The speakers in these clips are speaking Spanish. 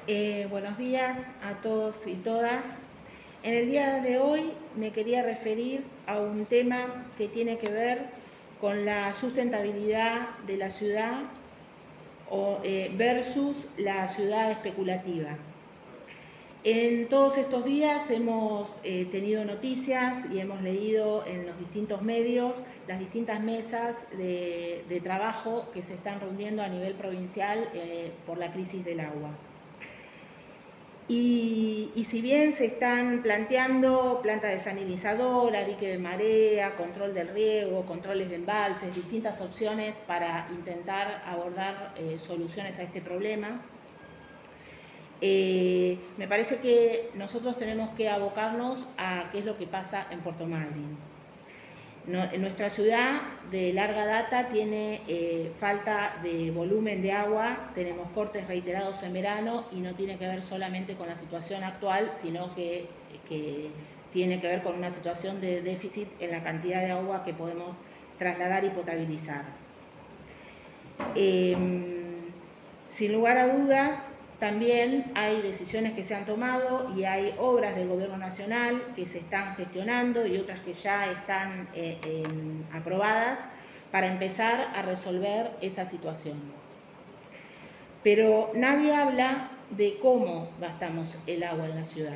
Buenos días a todos y todas. En el día de hoy me quería referir a un tema que tiene que ver con la sustentabilidad de la ciudad versus la ciudad especulativa. En todos estos días hemos tenido noticias y hemos leído en los distintos medios las distintas mesas de trabajo que se están reuniendo a nivel provincial por la crisis del agua. Y si bien se están planteando planta desalinizadora, dique de marea, control del riego, controles de embalses, distintas opciones para intentar abordar soluciones a este problema, me parece que nosotros tenemos que abocarnos a qué es lo que pasa en Puerto Madryn. Nuestra ciudad de larga data tiene falta de volumen de agua, tenemos cortes reiterados en verano y no tiene que ver solamente con la situación actual, sino que tiene que ver con una situación de déficit en la cantidad de agua que podemos trasladar y potabilizar. Sin lugar a dudas, también hay decisiones que se han tomado y hay obras del Gobierno Nacional que se están gestionando y otras que ya están aprobadas para empezar a resolver esa situación. Pero nadie habla de cómo gastamos el agua en la ciudad.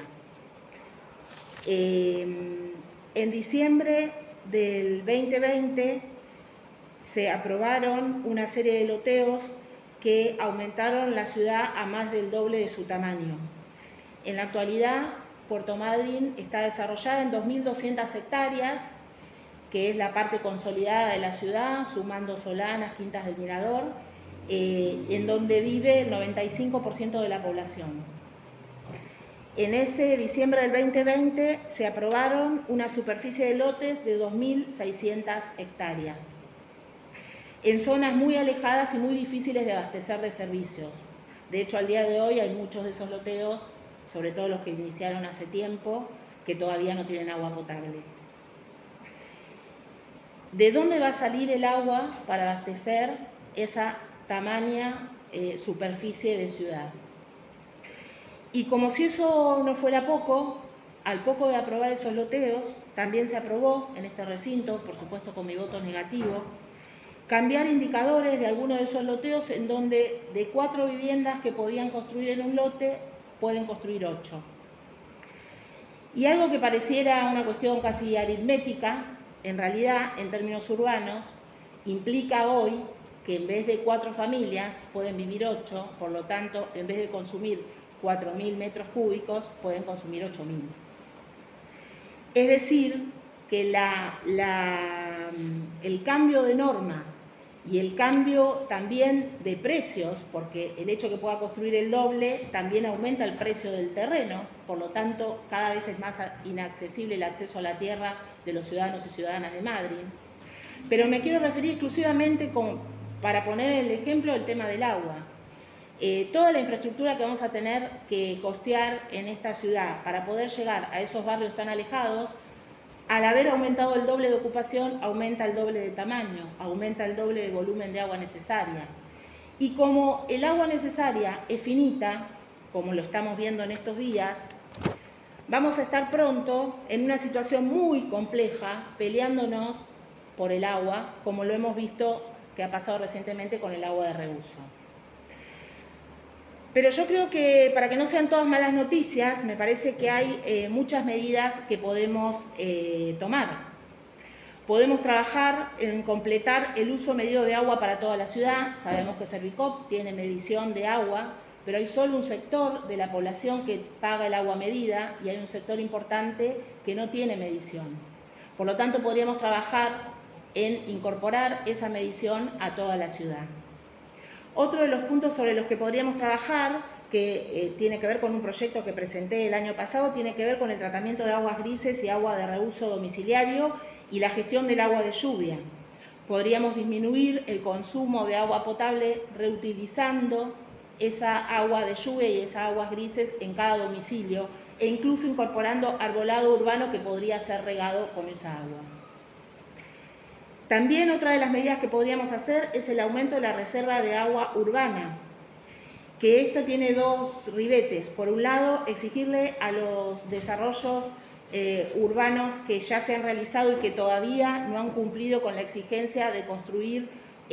En diciembre del 2020 se aprobaron una serie de loteos que aumentaron la ciudad a más del doble de su tamaño. En la actualidad, Puerto Madryn está desarrollada en 2.200 hectáreas, que es la parte consolidada de la ciudad, sumando Solanas, Quintas del Mirador, en donde vive el 95% de la población. En ese diciembre del 2020 se aprobaron una superficie de lotes de 2.600 hectáreas. En zonas muy alejadas y muy difíciles de abastecer de servicios. De hecho, al día de hoy hay muchos de esos loteos, sobre todo los que iniciaron hace tiempo, que todavía no tienen agua potable. ¿De dónde va a salir el agua para abastecer esa tamaña superficie de ciudad? Y como si eso no fuera poco, al poco de aprobar esos loteos, también se aprobó en este recinto, por supuesto con mi voto negativo, cambiar indicadores de algunos de esos loteos en donde de 4 viviendas que podían construir en un lote, pueden construir 8. Y algo que pareciera una cuestión casi aritmética, en realidad, en términos urbanos, implica hoy que en vez de 4 familias pueden vivir 8, por lo tanto, en vez de consumir 4.000 metros cúbicos, pueden consumir 8.000. Es decir, que el cambio de normas y el cambio también de precios, porque el hecho que pueda construir el doble también aumenta el precio del terreno, por lo tanto cada vez es más inaccesible el acceso a la tierra de los ciudadanos y ciudadanas de Madryn. Pero me quiero referir exclusivamente para poner el ejemplo del tema del agua. Toda la infraestructura que vamos a tener que costear en esta ciudad para poder llegar a esos barrios tan alejados, al haber aumentado el doble de ocupación, aumenta el doble de tamaño, aumenta el doble de volumen de agua necesaria. Y como el agua necesaria es finita, como lo estamos viendo en estos días, vamos a estar pronto en una situación muy compleja, peleándonos por el agua, como lo hemos visto que ha pasado recientemente con el agua de reuso. Pero yo creo que para que no sean todas malas noticias, me parece que hay muchas medidas que podemos tomar. Podemos trabajar en completar el uso medido de agua para toda la ciudad. Sabemos que Servicop tiene medición de agua, pero hay solo un sector de la población que paga el agua medida y hay un sector importante que no tiene medición. Por lo tanto, podríamos trabajar en incorporar esa medición a toda la ciudad. Otro de los puntos sobre los que podríamos trabajar, que tiene que ver con un proyecto que presenté el año pasado, tiene que ver con el tratamiento de aguas grises y agua de reuso domiciliario y la gestión del agua de lluvia. Podríamos disminuir el consumo de agua potable reutilizando esa agua de lluvia y esas aguas grises en cada domicilio e incluso incorporando arbolado urbano que podría ser regado con esa agua. También otra de las medidas que podríamos hacer es el aumento de la reserva de agua urbana. que esto tiene dos ribetes. Por un lado, exigirle a los desarrollos urbanos que ya se han realizado y que todavía no han cumplido con la exigencia de construir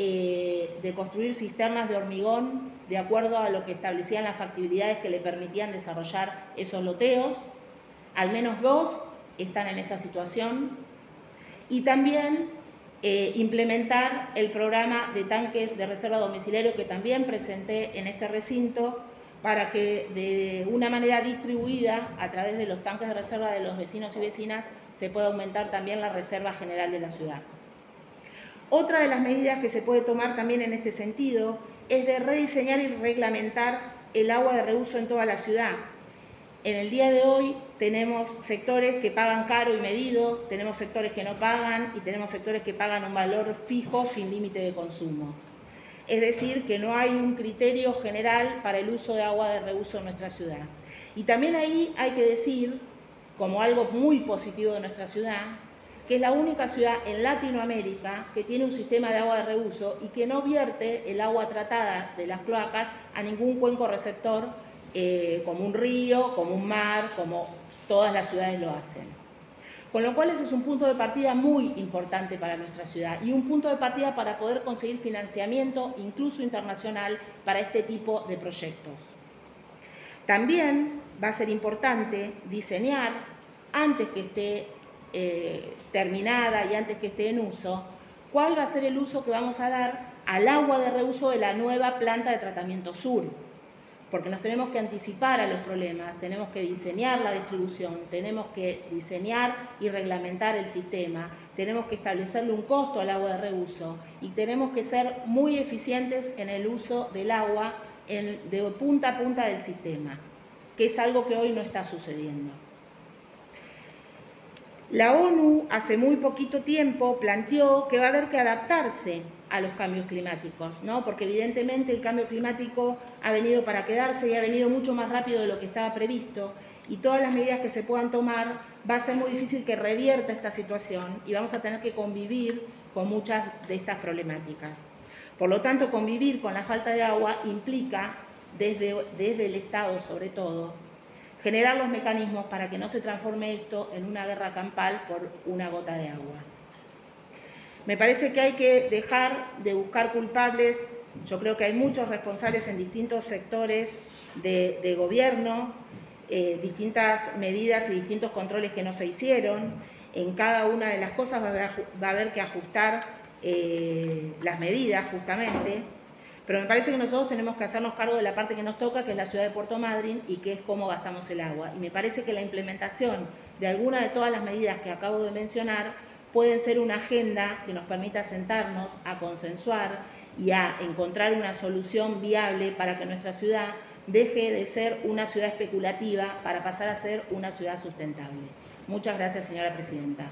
cisternas de hormigón de acuerdo a lo que establecían las factibilidades que le permitían desarrollar esos loteos. Al menos 2 están en esa situación. Y también implementar el programa de tanques de reserva domiciliario que también presenté en este recinto, para que de una manera distribuida, a través de los tanques de reserva de los vecinos y vecinas, se pueda aumentar también la reserva general de la ciudad. Otra de las medidas que se puede tomar también en este sentido es de rediseñar y reglamentar el agua de reuso en toda la ciudad. En el día de hoy tenemos sectores que pagan caro y medido, tenemos sectores que no pagan y tenemos sectores que pagan un valor fijo sin límite de consumo. Es decir, que no hay un criterio general para el uso de agua de reuso en nuestra ciudad. Y también ahí hay que decir, como algo muy positivo de nuestra ciudad, que es la única ciudad en Latinoamérica que tiene un sistema de agua de reuso y que no vierte el agua tratada de las cloacas a ningún cuenco receptor, como un río, como un mar, como todas las ciudades lo hacen. Con lo cual ese es un punto de partida muy importante para nuestra ciudad y un punto de partida para poder conseguir financiamiento, incluso internacional, para este tipo de proyectos. También va a ser importante diseñar, antes que esté terminada y antes que esté en uso, cuál va a ser el uso que vamos a dar al agua de reuso de la nueva planta de tratamiento sur. Porque nos tenemos que anticipar a los problemas, tenemos que diseñar la distribución, tenemos que diseñar y reglamentar el sistema, tenemos que establecerle un costo al agua de reuso y tenemos que ser muy eficientes en el uso del agua de punta a punta del sistema, que es algo que hoy no está sucediendo. La ONU hace muy poquito tiempo planteó que va a haber que adaptarse a los cambios climáticos, ¿no? Porque evidentemente el cambio climático ha venido para quedarse y ha venido mucho más rápido de lo que estaba previsto, y todas las medidas que se puedan tomar va a ser muy difícil que revierta esta situación y vamos a tener que convivir con muchas de estas problemáticas. Por lo tanto, convivir con la falta de agua implica, desde el Estado sobre todo, generar los mecanismos para que no se transforme esto en una guerra campal por una gota de agua. Me parece que hay que dejar de buscar culpables. Yo creo que hay muchos responsables en distintos sectores de gobierno, distintas medidas y distintos controles que no se hicieron. En cada una de las cosas va a haber que ajustar las medidas, justamente. Pero me parece que nosotros tenemos que hacernos cargo de la parte que nos toca, que es la ciudad de Puerto Madryn, y que es cómo gastamos el agua. Y me parece que la implementación de alguna de todas las medidas que acabo de mencionar pueden ser una agenda que nos permita sentarnos a consensuar y a encontrar una solución viable para que nuestra ciudad deje de ser una ciudad especulativa para pasar a ser una ciudad sustentable. Muchas gracias, señora presidenta.